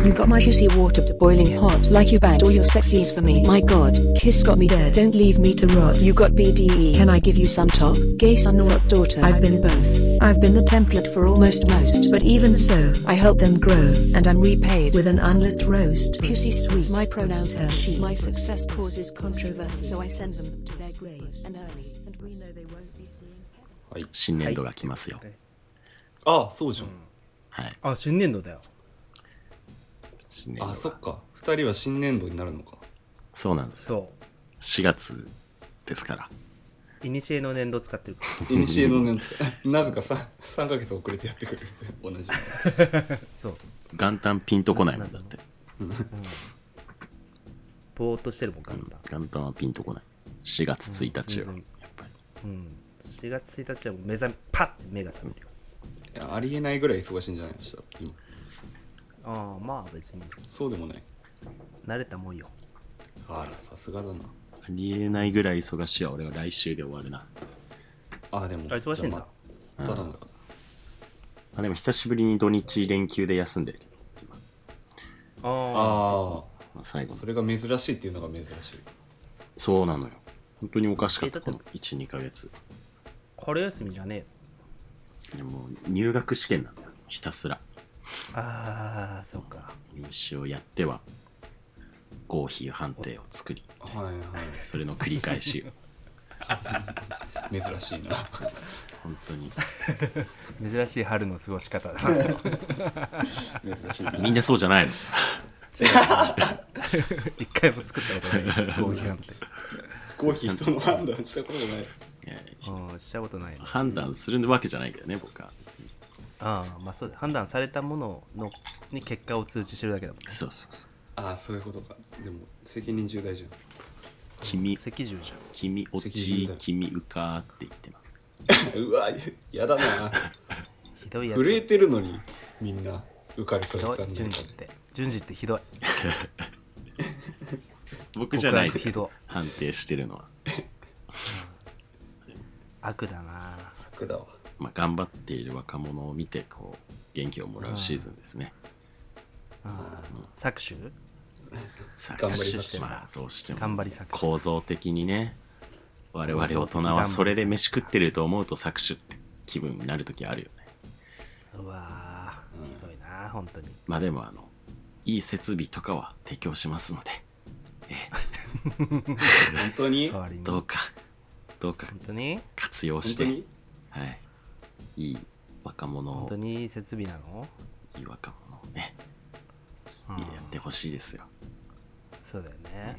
You got my pussy water to boiling hot like you banned all your sexies for me. My god, kiss got me dead. Don't leave me to rot. You got BDE. Can I give you some top? Gay son or what daughter? I've been both. I've been the template for almost most. But even so, I help them grow. And I'm repaid with an unlit roast. Pussy sweet. My pronouns her, she. My success causes controversy. So I send them to their graves and early. And we know they won't be seeing. はい、新年度が来ますよ。 あ、そうじゃん。 はい。 あ、新年度だよ。 新年度あ、そっか。2人は新年度になるのか。 そうなんですよ。4月ですから。 いにしえの年度使ってるかいにしえの年度なぜか 3ヶ月遅れてやってくる。同じ。 そう。 元旦ピンとこないもんだって。 ぼーっとしてるもん元旦。 元旦はピンとこない。4月1日は、やっぱり。 4月1日は目覚めパッて目が覚めるよ。 いや、ありえないぐらい忙しいんじゃないでした今。 ああ、まあ別にそうでもない。 慣れたもんよ。 あら、さすがだな。 ありえないぐらい忙しいわ。俺は来週で終わるな。 あ、でも忙しいんだ。 ただのあ、でも久しぶりに土日連休で休んでるけど今。 ああ、 最後それが珍しいっていうのが珍しい。 そうなのよ。本当におかしかった。この 1,2 ヶ月。 春休みじゃねでも入学試験なんだよ。ひたすらああ、そうか。 入試をやっては合否判定を作り、 はいはい、 それの繰り返しよ。 珍しいな。 本当に珍しい春の過ごし方だ。 珍しいな。 みんなそうじゃないの。 一回も作ったことない合否判定。 合否人の判断したことない。 いやしたことない。 判断するわけじゃないけどね、僕は別に。 ああ、まあそうだ。判断されたもののに結果を通知してるだけだもんね。 そうそうそう。 ああ、そういうことか。でも責任重大じゃん。 君赤十じゃん。 君落ち君受かって言ってます。 うわ、やだな。 ひどいやつ。 震えてるのにみんな受かるか受かんないか。 順次ってひどい。 僕じゃないです。 ひどい。 判定してるのは。 悪だな。 悪だわ。 まあ頑張っている若者を見てこう元気をもらうシーズンですね。 搾取？ 頑張りさせて、 まあどうしても頑張り搾取。 構造的にね、我々大人はそれで飯食ってると思うと搾取って気分になるときあるよね。 うわー、ひどいな本当に。 まあでもいい設備とかは提供しますので、 本当にどうか本当に活用して、はい、いい若者を、 本当に設備なの？ いい若者をね、やってほしいですよ。 そうだよね。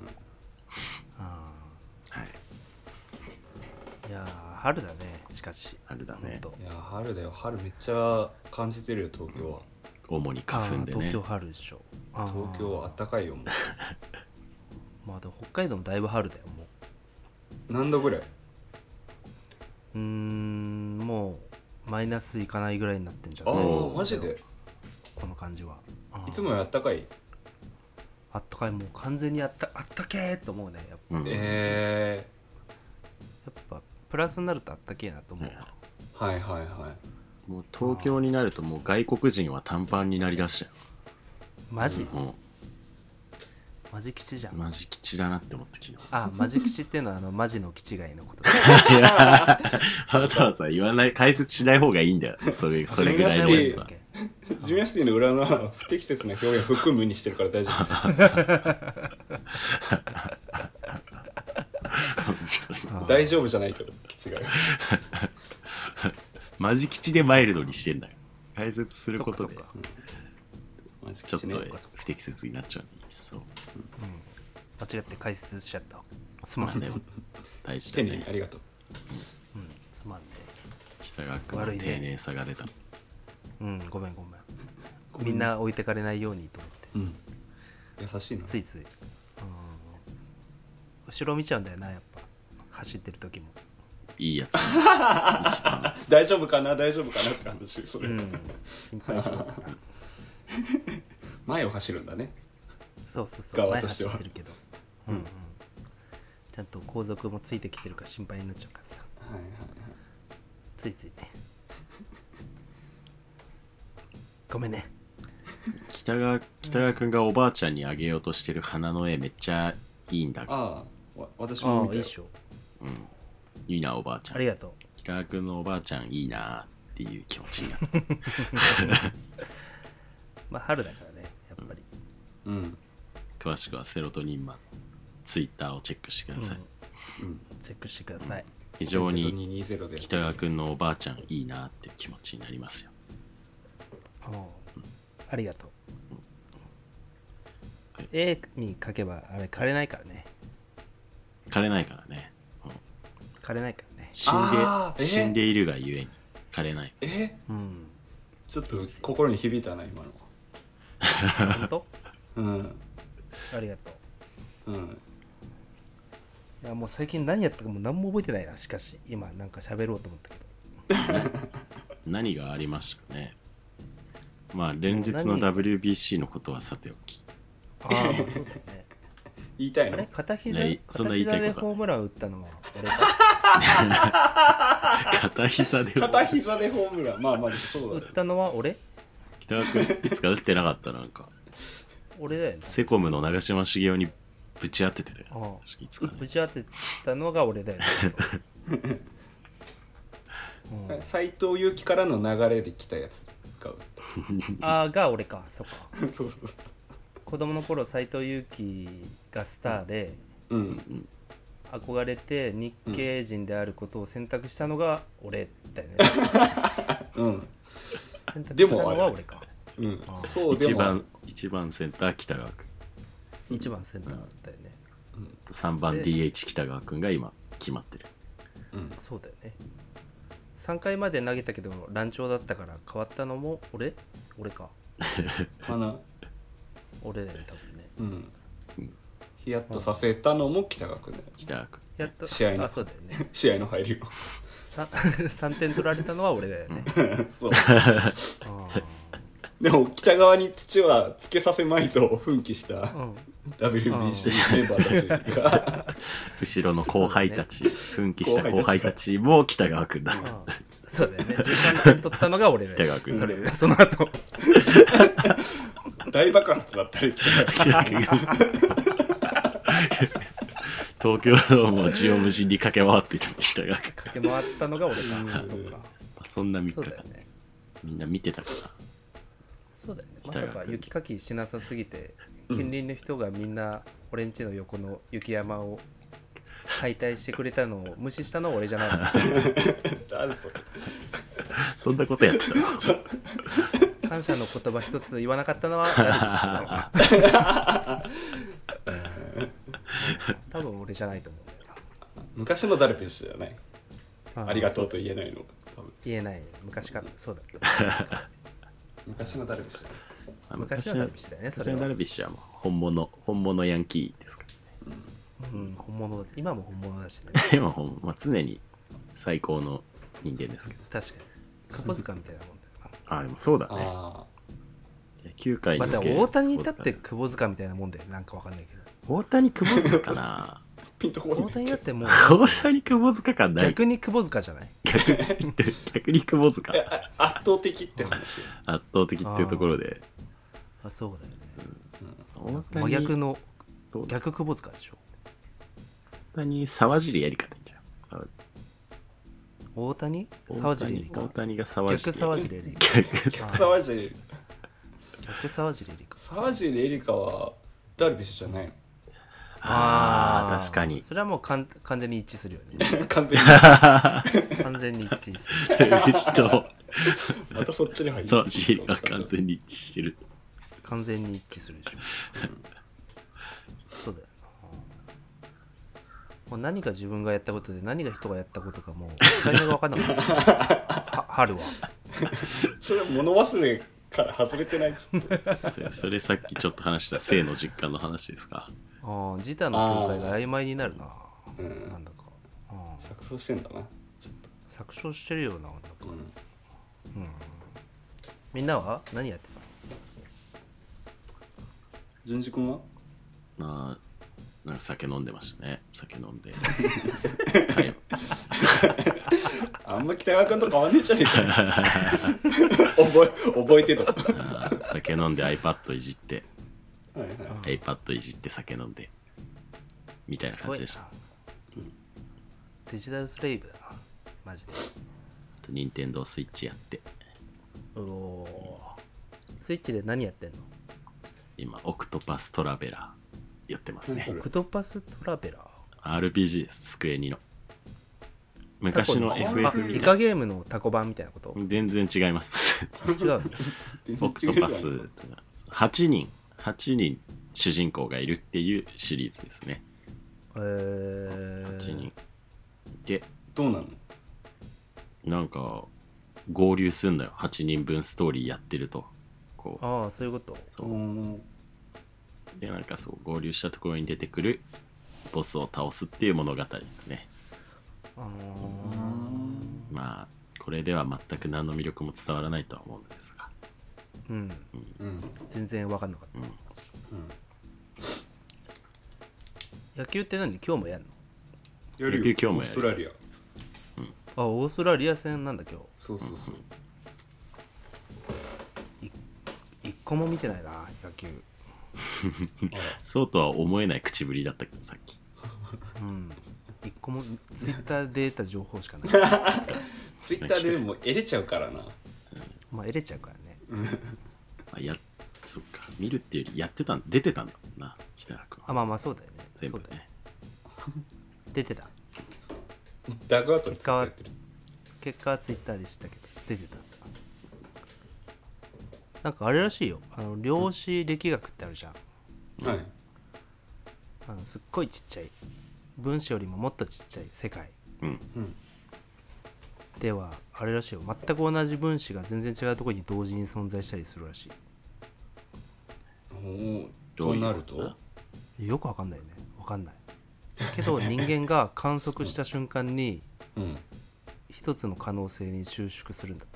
はい。 いや春だね。しかし春だね。 いや春だよ。春めっちゃ感じてるよ東京は。 主に花粉でね。 東京春でしょ。 東京は暖かいよもう。 まあでも北海道もだいぶ春だよもう。何度ぐらい？ もうマイナスいかないぐらいになってんじゃない？ ああ、マジで？ この感じは。 いつもより暖かい？ あったかい、もう完全にあったけーと思うねやっぱ。 やっぱプラスになるとあったけーなと思う。 はいはいはい。 もう東京になるともう外国人は短パンになりだしたよ。 マジ？ マジ吉じゃん。 マジ吉だなって思って昨日。 あ、マジ吉っていうのはマジの気違いのことだ。 いやわざわざ言わない解説しない方がいいんだよ。それぐらいのやつは。 ジムヤスティの裏の不適切な表現を含むにしてるから大丈夫。大丈夫じゃないけど違う。 マジ吉でマイルドにしてんだよ。解説することでちょっと不適切になっちゃうね。一層、 間違って解説しちゃった。すまんね。 大事だね。 丁寧にありがとう。 すまんね。 北川君の丁寧さが出た。 ごめん。みんな置いてかれないようにと思って。 優しいな。 ついつい。後ろ見ちゃうんだよなやっぱ。走ってる時も。 いいやつ。 大丈夫かなって話それ。 心配しない。 前を走るんだね。 そう。 側としては前走ってるけど。ちゃんと後続もついてきてるから心配になっちゃうからさ。ついついね。ごめんね。 北川くんがおばあちゃんにあげようとしてる花の絵めっちゃいいんだが。 ああ、私も見たよいいっ。しょ。 いいなおばあちゃん。 ありがと北川くんのおばあちゃんいいなっていう気持ちになる。 う。まあ春だからね、やっぱり。 うん。 詳しくはセロトニンマンツイッターをチェックしてください。 チェックしてください。 非常に 0220で。 北川くんのおばあちゃんいいなっていう気持ちになりますよ。 ありがとう。絵に描けばあれ枯れないからね。 枯れないからね。 枯れないからね。 死んでいるがゆえに枯れない。 ちょっと心に響いたな、今の。 本当？ありがとう。いやもう最近何やったかもう何も覚えてないな。しかし今なんか喋ろうと思ったけど。 何がありましたかね。まあ連日の WBC のことはさておき。 そうだよね。 言いたいの？ あれ片膝そんな言いたいことでホームラン打ったのは俺か。 片膝でホームラン。まあそうだね。 打ったのは俺？ 北川君いつか打ってなかった。なんか俺だよね。 セコムの長嶋茂雄にぶち当ててたよ。いつかね。 ぶち当てたのが俺だよね。 斎藤佑樹からの流れで来たやつが打った。 が俺か。そっか。 そう。 子供の頃斎藤佑樹がスターで、憧れて日系人であることを選択したのが俺だよね。選択したのは俺か。 そうでも 1番センター北川君、 1番センターだよね。 3番 DH 北川君が今決まってる。 そうだよね。3回まで投げたけど乱調だったから変わったのも俺か。俺だよね多分ね。 ヒヤッとさせたのも北川君だよ。 北川君やっと試合のそうだよね。 試合の入りを 3点取られたのは俺だよね。 そうでも北川に土はつけさせまいと奮起した WBC メンバーたちが後ろの後輩たち、奮起した後輩たちも北川君だった。 そうだよね。13点取ったのが俺だよ。 北川君。 それでその後大爆発だったり北川君が東京ドームを縦横無尽に駆け回っていた北川君。 駆け回ったのが俺か。そうか。 そんな3日間そうだよね。 みんな見てたかな。 そうだよね。まさか雪かきしなさすぎて近隣の人がみんな俺ん家の横の雪山を解体してくれたのを無視したのは俺じゃないの。 誰それ。 そんなことやってたの。 感謝の言葉一つ言わなかったのはダルビッシュだわ。多分俺じゃないと思うんだよな。 昔のダルビッシュじゃない。ありがとうと言言えないの。多分えない。昔からそうだった。 昔のダルビッシュ。 昔のダルビッシュだよね。それはダルビッシュはもう本物ヤンキーですからね。本物。今も本物だしね。 今まあ、常に最高の人間ですけど。 確かに。カポ塚みたいなもんだよな。 でもそうだね。野球界にまた大谷に至って窪塚みたいなもんだよ。なんかわかんないけど。 大谷窪塚かな。 大谷だってもう大谷窪塚かない。 逆に窪塚じゃない。 逆に窪塚。 圧倒的って話。 圧倒的っていうところで。 そうだよね。真逆の逆窪塚でしょ。 大谷沢尻エリカでいいんじゃん。 大谷沢尻エリカ。 大谷が沢尻。 逆沢尻エリカ。 逆沢尻エリカ。 逆沢尻エリカ。 沢尻エリカはダルビッシュじゃないの。 確かに。 それはもう完全に一致するよね。 完全に一致する。 またそっちに入る。 そう、ジーが完全に一致してる。 完全に一致するでしょ。そうだよな。もう何が自分がやったことで何が人がやったことかもうタイミングが分かんなかった春は。 それは物忘れから外れてない。 それさっきちょっと話した性の実感の話ですか。 自他の境界が曖昧になるな。なんだか。 錯綜してんだな。ちょっと錯綜してるような。みんなは何やってたの？ 淳二君は？ なんか酒飲んでましたね。酒飲んで。 あんま北川君と変わんねえじゃねえか覚えてと酒飲んで iPad いじって、 はい、 iPad いじって酒飲んでみたいな感じでした。 デジタルスレイブだなマジで。 任天堂スイッチやって。 スイッチで何やってんの？ 今オクトパストラベラーやってますね。 オクトパストラベラー RPG です。スクエニの昔の FF イカゲームのタコ版みたいなこと？ 全然違います違うオクトパス8人主人公がいるっていうシリーズですね。8人でどうなの？ なんか合流すんのよ。8人分ストーリーやってるとこう。 ああそういうこと。 でなんかそう合流したところに出てくるボスを倒すっていう物語ですね。まあこれでは全く何の魅力も伝わらないとは思うんですが、 全然分かんなかった、野球って何？今日もやんの？ 野球今日もやる。 オーストラリア、 オーストラリア戦なんだ今日。 そう一個も見てないな野球そうとは思えない口ぶりだったけどさっき一個もツイッターで得た情報しかないツイッターでも得れちゃうからな。 まあ得れちゃうからねそっか見るっていうより出てたんだもんな北原君。 まあそうだよね。 全部ね出てた。 ダグアウトでやってる。 結果はツイッターで知ったけど出てた。なんかあれらしいよ、量子力学ってあるじゃん、 はい、 すっごいちっちゃい分子よりももっとちっちゃい世界、ではあれらしいよ、全く同じ分子が全然違うところに同時に存在したりするらしい。 どうなると？ よくわかんないよね。わかんないけど人間が観測した瞬間に一つの可能性に収束するんだって。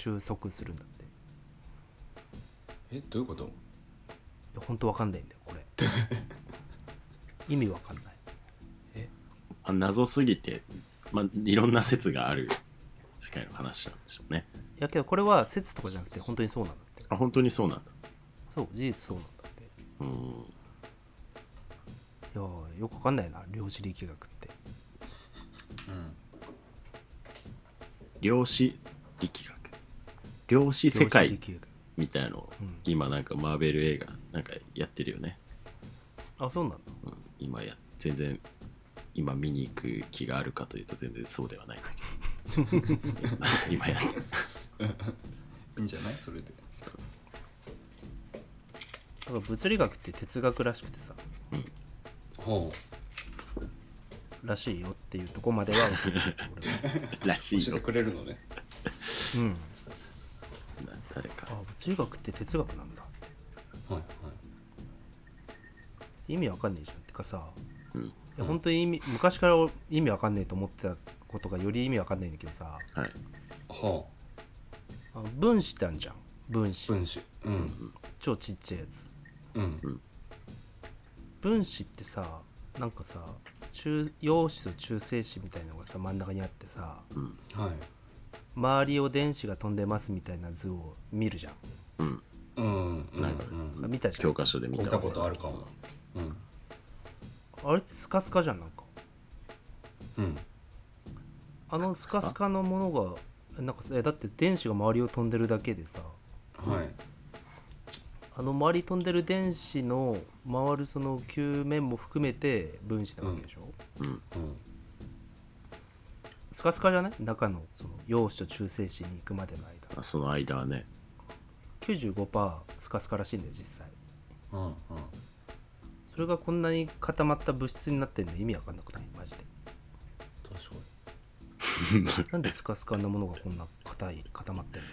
どういうこと？ 本当わかんないんだよこれ意味わかんない。 謎すぎて、いろんな説がある世界の話なんでしょうね。 いやけどこれは説とかじゃなくて本当にそうなんだって。 本当にそうなんだ。 そう事実そうなんだって。いやよくわかんないな量子力学って。 量子力学、量子世界みたいなのを、今なんかマーベル映画なんかやってるよね。 そうなんだ、 全然今見に行く気があるかというと全然そうではない今やいいんじゃないそれで。 だから物理学って哲学らしくてさ、らしいよっていうとこまではらしいよ教えてくれるのね。 誰か物理学って哲学なんだって、意味わかんねえじゃんってかさ、いや本当に昔から意味わかんねえと思ってたことがより意味わかんないんだけどさ、分子ってあるじゃん。分子、超ちっちゃいやつ、分子ってさなんかさ陽子と中性子みたいなのがさ真ん中にあってさ、周りを電子が飛んでますみたいな図を見るじゃん。見たじゃん。 教科書で見たことあるかも。 あれってスカスカじゃんなんか。スカスカのものがなんかだって電子が周りを飛んでるだけでさ、周り飛んでる電子の回るその球面も含めて分子なわけでしょ。スカスカじゃない？中のその陽子と中性子に行くまでの間。 その間はね。 95% スカスカらしいんだよ実際。それがこんなに固まった物質になってるの意味わかんなくない？マジで。確かに。なんでスカスカなものがこんな固まってんの？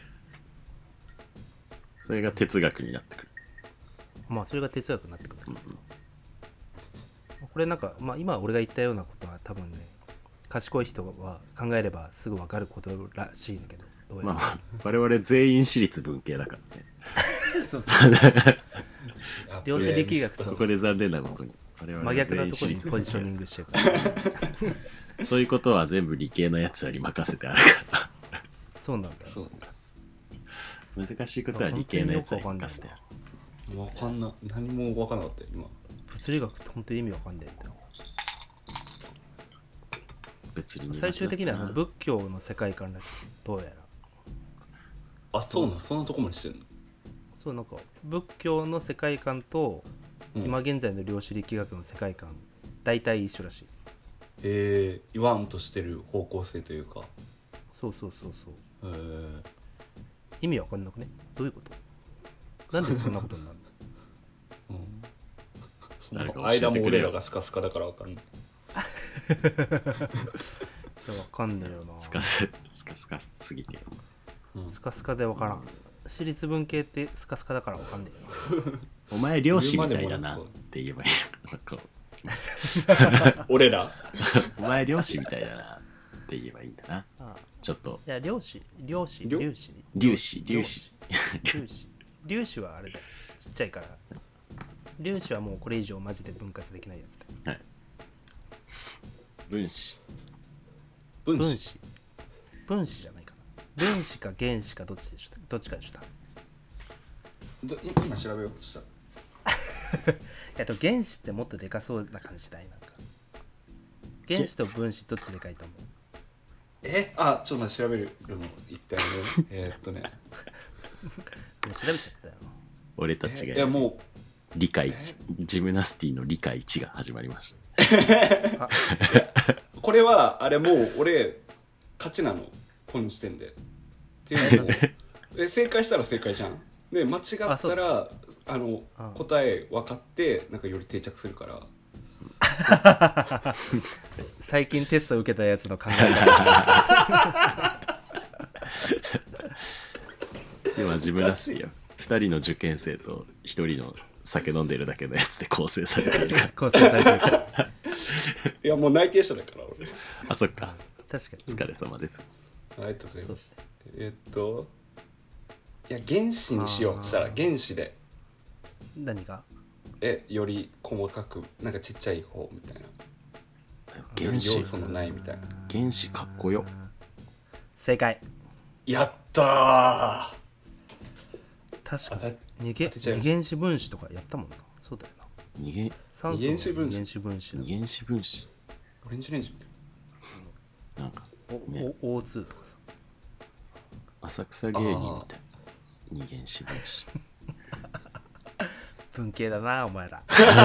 それが哲学になってくる。 それが哲学になってくるんだけどさ、これなんか今俺が言ったようなことは多分ね賢い人は考えればすぐ分かることらしいんだけど、どうやら我々全員私立文系だからねそう量子力学ことこで残念なことに真逆なところにポジショニングしてるそういうことは全部理系のやつらに任せてあるからそうなんだ。 そう難しいことは理系のやつらに任せてある。 分かんな何も分かんなかったよ今。 物理学って本当に意味わかんないんだよ。 物理に最終的には仏教の世界観らしい。どうやらあそうなんそんなとこまでしてんの。 そうなんか仏教の世界観と、今現在の量子力学の世界観大体一緒らしい。 言わんとしてる方向性というか。 そうそうそうそう。意味わかんなくね。どういうこと？なんでそんなことになるの？ その間も俺らがスカスカだからわかんない。 わかんないよな。 スカスカすぎて、 スカスカでわからん。私立文系ってスカスカだからわかんないよ。 お前漁師みたいだなって言えばいいの。 俺らお前漁師みたいだなって言えばいいんだな。ちょっといや粒子はあれだよ。ちっちゃいから。粒子はもうこれ以上マジで分割できないやつだよ。 はい。分子じゃないかな。分子か原子かどっちかでした。 今調べようとした。 原子ってもっとでかそうな感じだい。なんか原子と分子どっちでかいと思う？ ちょっと待って調べるの一体ね。 もう調べちゃったよ。 俺たちがいやもう理科1ジムナスティの理科1が始まりました。 これはあれもう俺勝ちなのこの時点で。っていうのも正解したら正解じゃん。で間違ったら答え分かってなんかより定着するから。 最近テスト受けたやつの考え方。 今ジムナスティよ。2人の受験生と1人の酒飲んでるだけのやつで構成されているから。 構成されてるから。 いやもう内定者だから俺。 あそっか。 確かに。 お疲れ様です。 ありがとうございます。いや原子にしよう。したら原子で。 何が？ より細かくなんかちっちゃい方みたいな。 原子要素のないみたいな。 原子かっこよ。 正解。 やったー。 確かに二原子分子とかやったもんな。そうだよな。 二原子分子。 二原子分子。 オレンジレンジみたいな。なんか、 ね、O2 とかさ。 浅草芸人みたいな。二原子分子。 文系だなお前ら。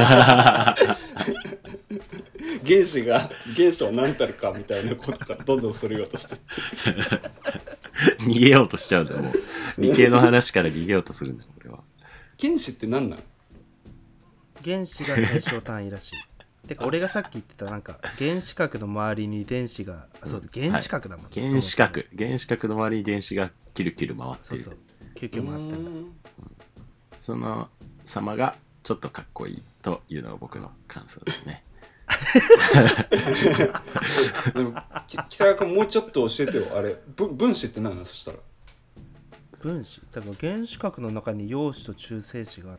原子が原子は何たるかみたいなことからどんどんそれようとしてって逃げようとしちゃうんだよ。もう理系の話から逃げようとするんだよ俺は。 原子って何なの？ 原子が最小単位らしい。てか俺がさっき言ってたなんか原子核の周りに電子が、そうだ原子核だもん、 はい、原子核の周りに電子がキルキル回ってる。 そうキュキュ回ってるんだ。 その様がちょっとかっこいいというのが僕の感想ですね。 でも北川君もうちょっと教えてよ。あれ分子って何なの？そしたら分子だから原子核の中に陽子と中性子があって、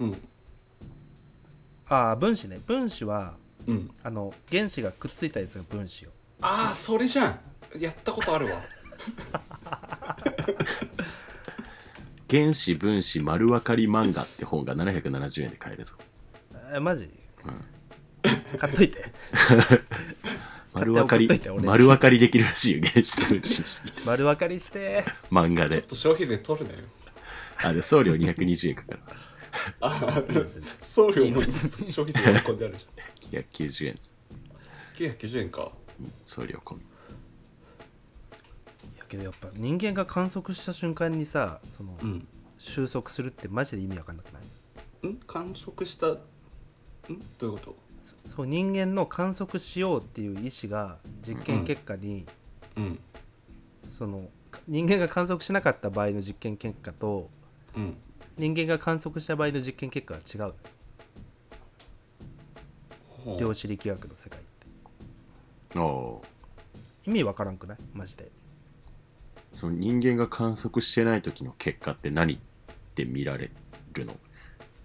分子ね。分子は、原子がくっついたやつが分子よ。 それじゃん。やったことあるわ。 原子分子丸分かり漫画って本が770円で買えるぞ。 マジ？買っといて。 丸分かりできるらしいよ原子と分子について。 丸分かりして漫画で。 ちょっと消費税取るなよ。 で送料220円かかる。 送料も消費税込んであるじゃん。 990円。 990円か。 送料込み。 けどやっぱ人間が観測した瞬間にさ収束するってマジで意味わかんなくない？ 観測したどういうこと？ そう人間の観測しようっていう意思が実験結果に、その人間が観測しなかった場合の実験結果と、人間が観測した場合の実験結果が違う。量子力学の世界って意味わからんくない？マジで。 その人間が観測してない時の結果って何って見られるの？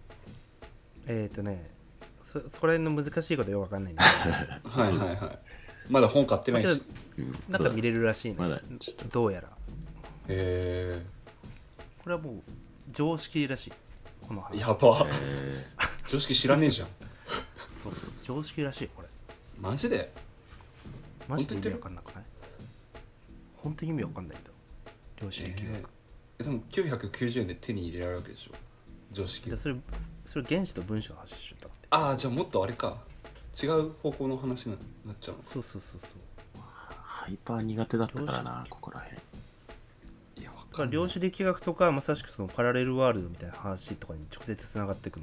そこら辺の難しいことよく分かんないんだけどはいはいはいまだ本買ってないし、 なんか見れるらしいね、 まだどうやら。 へえこれはもう常識らしい、この話。 やば常識知らねえじゃんそう常識らしいこれ。 マジでマジで意味わかんなくない？本当に意味わかんないんだ。量子力学。 でも990円で手に入れられるわけでしょ常識。 それ原子と分子の話しちゃったって。 ああじゃあもっとあれか違う方向の話になっちゃうのか。 そうハイパー苦手だったからなここら辺。 いやわかんない。 量子力学とかまさしくそのパラレルワールドみたいな話とかに直接つながっていくの。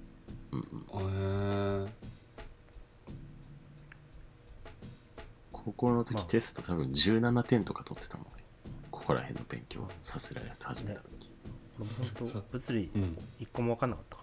高校の時テスト多分17点とか取ってたもんね。ここら辺の勉強させられて始めた時、 ね、本当物理一個も分かんなかった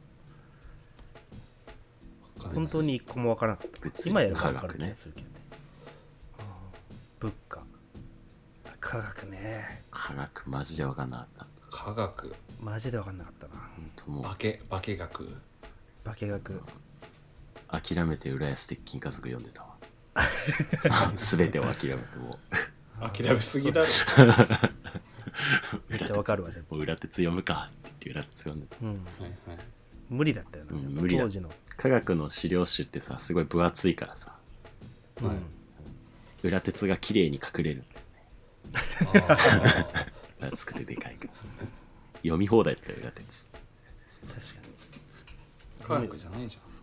からな、本当に一個も分からなかった。今やれば分かる気がするけどね。物価科学ね。 科学マジで分かんなかった。 科学マジで分かんなかったな。 もう化学化学諦めて浦安鉄筋家族読んでたわ全てを諦めてもう諦めすぎだろめっちゃ分かるわ。でも裏鉄読むかって言って裏鉄読んでた、 はいはい、 無理だったよな、 無理だ。 当時の科学の資料集ってさすごい分厚いからさ、裏鉄が綺麗に隠れるんだよね厚くてでかいから読み放題だったよ裏鉄。 確かに科学じゃないじゃん。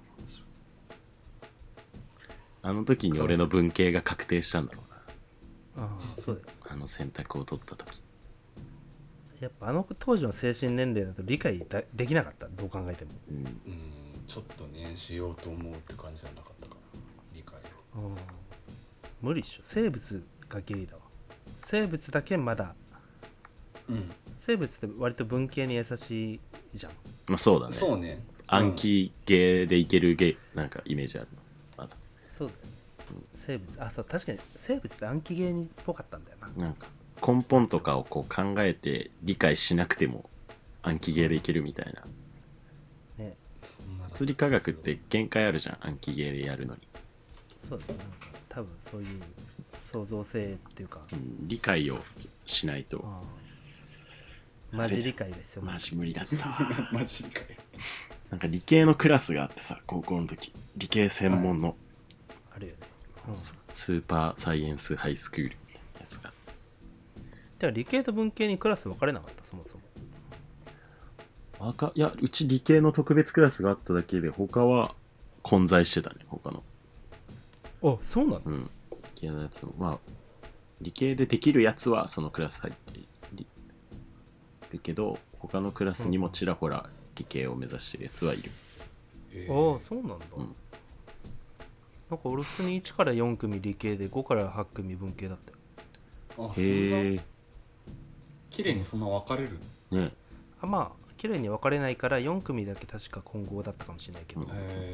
あの時に俺の文系が確定したんだろうな。 そうだよ。 あの選択を取った時やっぱあの当時の精神年齢だと理解できなかった。どう考えてもちょっとねしようと思うって感じじゃなかったかな理解を。 無理っしょ。生物がギリだわ。生物だけまだ、生物って割と文系に優しいじゃん。 まあそうだね。 そうね。 暗記ゲーでいけるゲーなんかイメージあるのまだ。 そうだよ、生物そう確かに生物って暗記ゲーにっぽかったんだよな。 なんか根本とかをこう考えて理解しなくても暗記ゲーでいけるみたいな。 ね。 物理科学って限界あるじゃん暗記ゲーでやるのに。 そうだね。なんか多分そういう創造性っていうか、 理解をしないと。 マジ理解が必要。 マジ無理だったわマジ理解。 なんか理系のクラスがあってさ高校の時理系専門の、 あるよね、 スーパーサイエンスハイスクールみたいなやつがあって。 では理系と文系にクラス分かれなかったそもそも。 いやうち理系の特別クラスがあっただけで他は混在してたね他の。 そうなの？ 理系のやつもまあ理系でできるやつはそのクラス入ってるけど他のクラスにもちらほら理系を目指してるやつはいる。 そうなんだ、なんか俺普通に1から4組理系で5から8組文系だったよ。 へえ。 綺麗にそんな分かれるね。 まあ綺麗に分かれないから4組だけ確か混合だったかもしれないけど、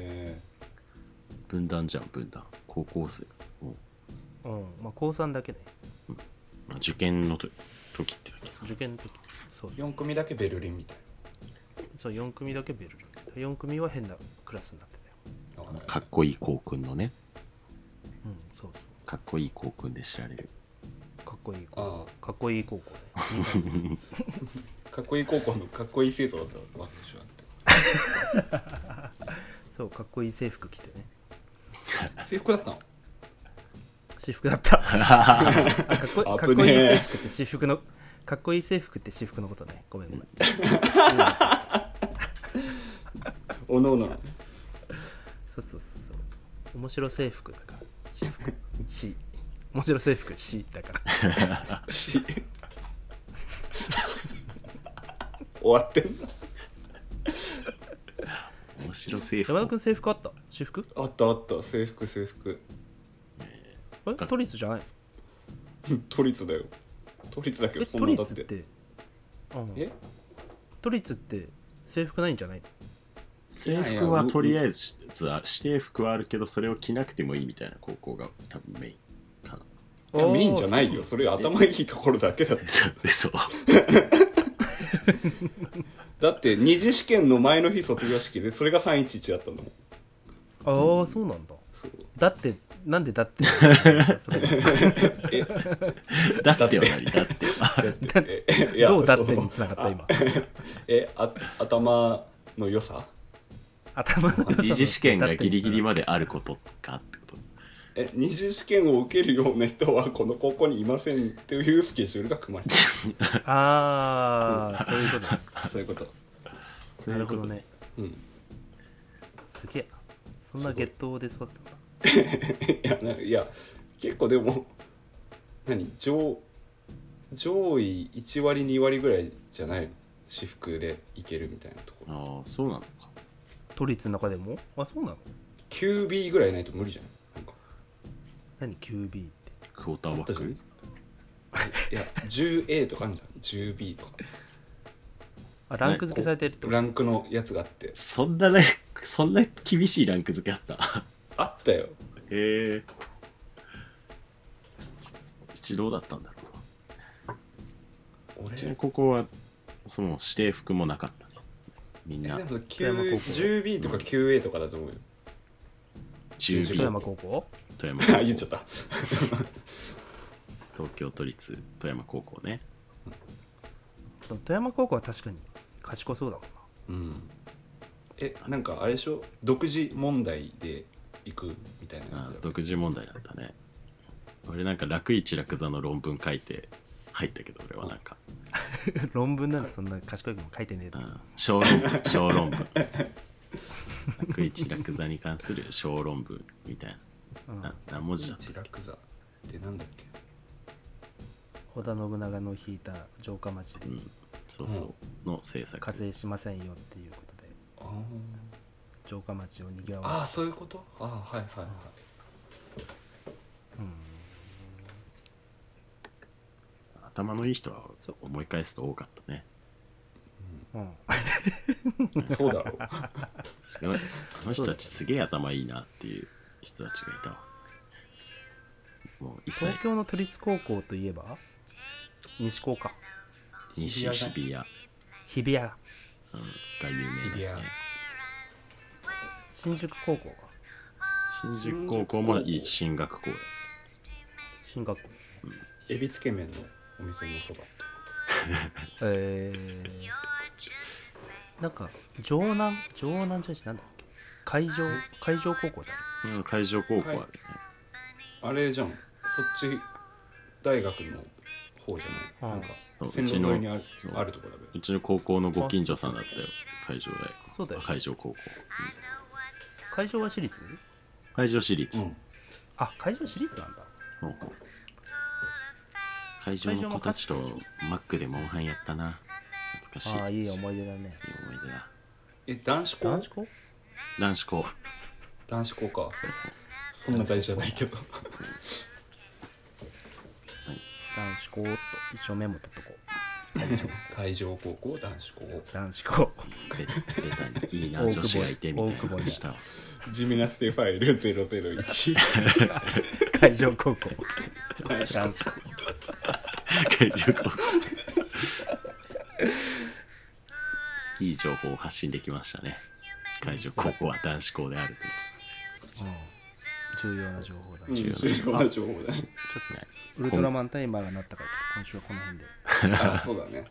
分断じゃん分断高校生。 まあ高3だけね、 受験の時ってだけか。 受験の時そう 4組だけベルリンみたいな。 そう4組だけベルリン、4組は変なクラスになってたよ。 かっこいい校訓のね。 そうかっこいい校訓で知られる。 かっこいい高校。かっこいい高校ねかっこいい高校のかっこいい生徒だったわけでしょだって。 そうかっこいい制服着てね。 制服だったの？ 私服だったかっこいい制服って私服のかっこいい制服って私服のことね。ごめんおのおの。 そう面白制服だから私服C 面白制服 C だから C 終わってんの。 面白制服。 山田君制服あった？私服あった制服。 都立じゃない？ 都立だよ。都立だけどそんなだって。 都立って制服ないんじゃないの？ 制服はとりあえず指定服はあるけどそれを着なくてもいいみたいな高校が多分メインかな。 いやメインじゃないよ。それ頭いいところだけだって。 嘘だって二次試験の前の日卒業式でそれが311だったんだもん。 ああ、そうなんだ。だってなんでだってそれだっては何だってはどうだってにつながった今。 頭の良さ。 頭の二次試験がギリギリまであることかってこと。 二次試験を受けるような人はこの高校にいませんっていうスケジュールが組まれてる。 ああ、そういうことそういうこと。 なるほどね。 うん。 すげえな。そんな月頭で育ったんだ。 いや結構でも上位1割2割ぐらいじゃないの、私服でいけるみたいなところ。 ああ、そうなのか。 都立の中でも？あ、そうなの？ QB ぐらいないと無理じゃない？なんか何 QB って？ クォーターバック。 いや 10A とかあるじゃん、 10B とか。 あ、ランク付けされてるってこと？ ランクのやつがあって。 そんな厳しいランク付けあった？ あったよ。 へえ。一度だったんだろうな。うちの高校はその指定服もなかったね。みんなでも 10B とか 9A とかだと思うよ。 10B。 富山高校？ 富山高校。 言っちゃった東京都立富山高校ね。 富山高校は確かに賢そうだもんな。 うん。なんかあれでしょ、独自問題で行くみたいなやつ。 独自問題だったね。俺なんか楽一楽座の論文書いて入ったけど、俺はなんか論文なんでそんな賢いの書いてねえと。 小論文楽一楽座に関する小論文みたいな、何文字だったっけ。 楽座ってなんだっけ。 織田信長の引いた城下町で、 そうそうの制作。 課税しませんよっていうことで城下町を賑わああ、そういうこと。ああ、はいはいはい。 頭のいい人は思い返すと多かったね。 そうだろう。 すごい、あの人たちすげえ頭いいなっていう人たちがいたわ。もう一切東京の都立高校といえば西高か。 西日比谷、 日比谷、 が有名だね。 新宿高校が新宿高校もいい進学校だ。 進学校、 エビつけ麺のお店のそば。 なんか城南じゃないし、なんだっけ、海上高校だね。海上高校あるね。 あれじゃん、そっち大学の方じゃない。なんか線路沿いにあるところで。 うちの高校のご近所さんだったよ、海上大学。 そうだよ。 海上高校。 海上は私立？ 海上私立。 あ、海上私立なんだ。 会場の子たちとマックでモンハンやったな。懐かしい。 ああ、いい思い出だね。 いい思い出だ。 男子校？ 男子校？ 男子校。 男子校か。そんな大事じゃないけど。 男子校と一生メモ取っとこう。 海上高校、男子校。 男子校。 ベタにいいな、女子がいてみたいなした。 ジミナステファイル001。 海上高校。男子校。 海上高校。いい情報を発信できましたね。海上高校は男子校であるという。 重要な情報だね。 重要な情報だね。 ちょっとウルトラマンタイマーがなったから今週はこの辺で。 あ、そうだね。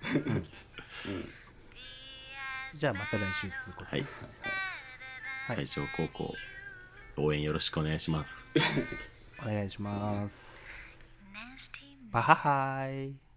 じゃあまた来週ということで。 はい。海上高校応援よろしくお願いします。 お願いします。バハハイ。